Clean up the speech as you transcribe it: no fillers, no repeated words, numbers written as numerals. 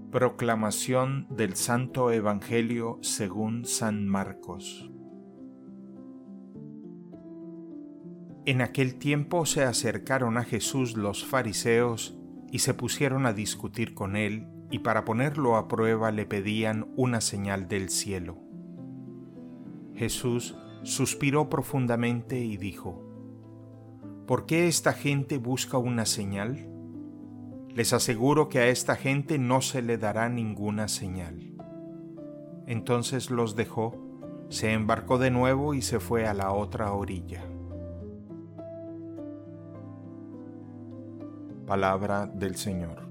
Proclamación del Santo Evangelio según San Marcos. En aquel tiempo se acercaron a Jesús los fariseos y se pusieron a discutir con él, y para ponerlo a prueba le pedían una señal del cielo. Jesús suspiró profundamente y dijo: ¿Por qué esta gente busca una señal? Les aseguro que a esta gente no se le dará ninguna señal. Entonces los dejó, se embarcó de nuevo y se fue a la otra orilla. Palabra del Señor.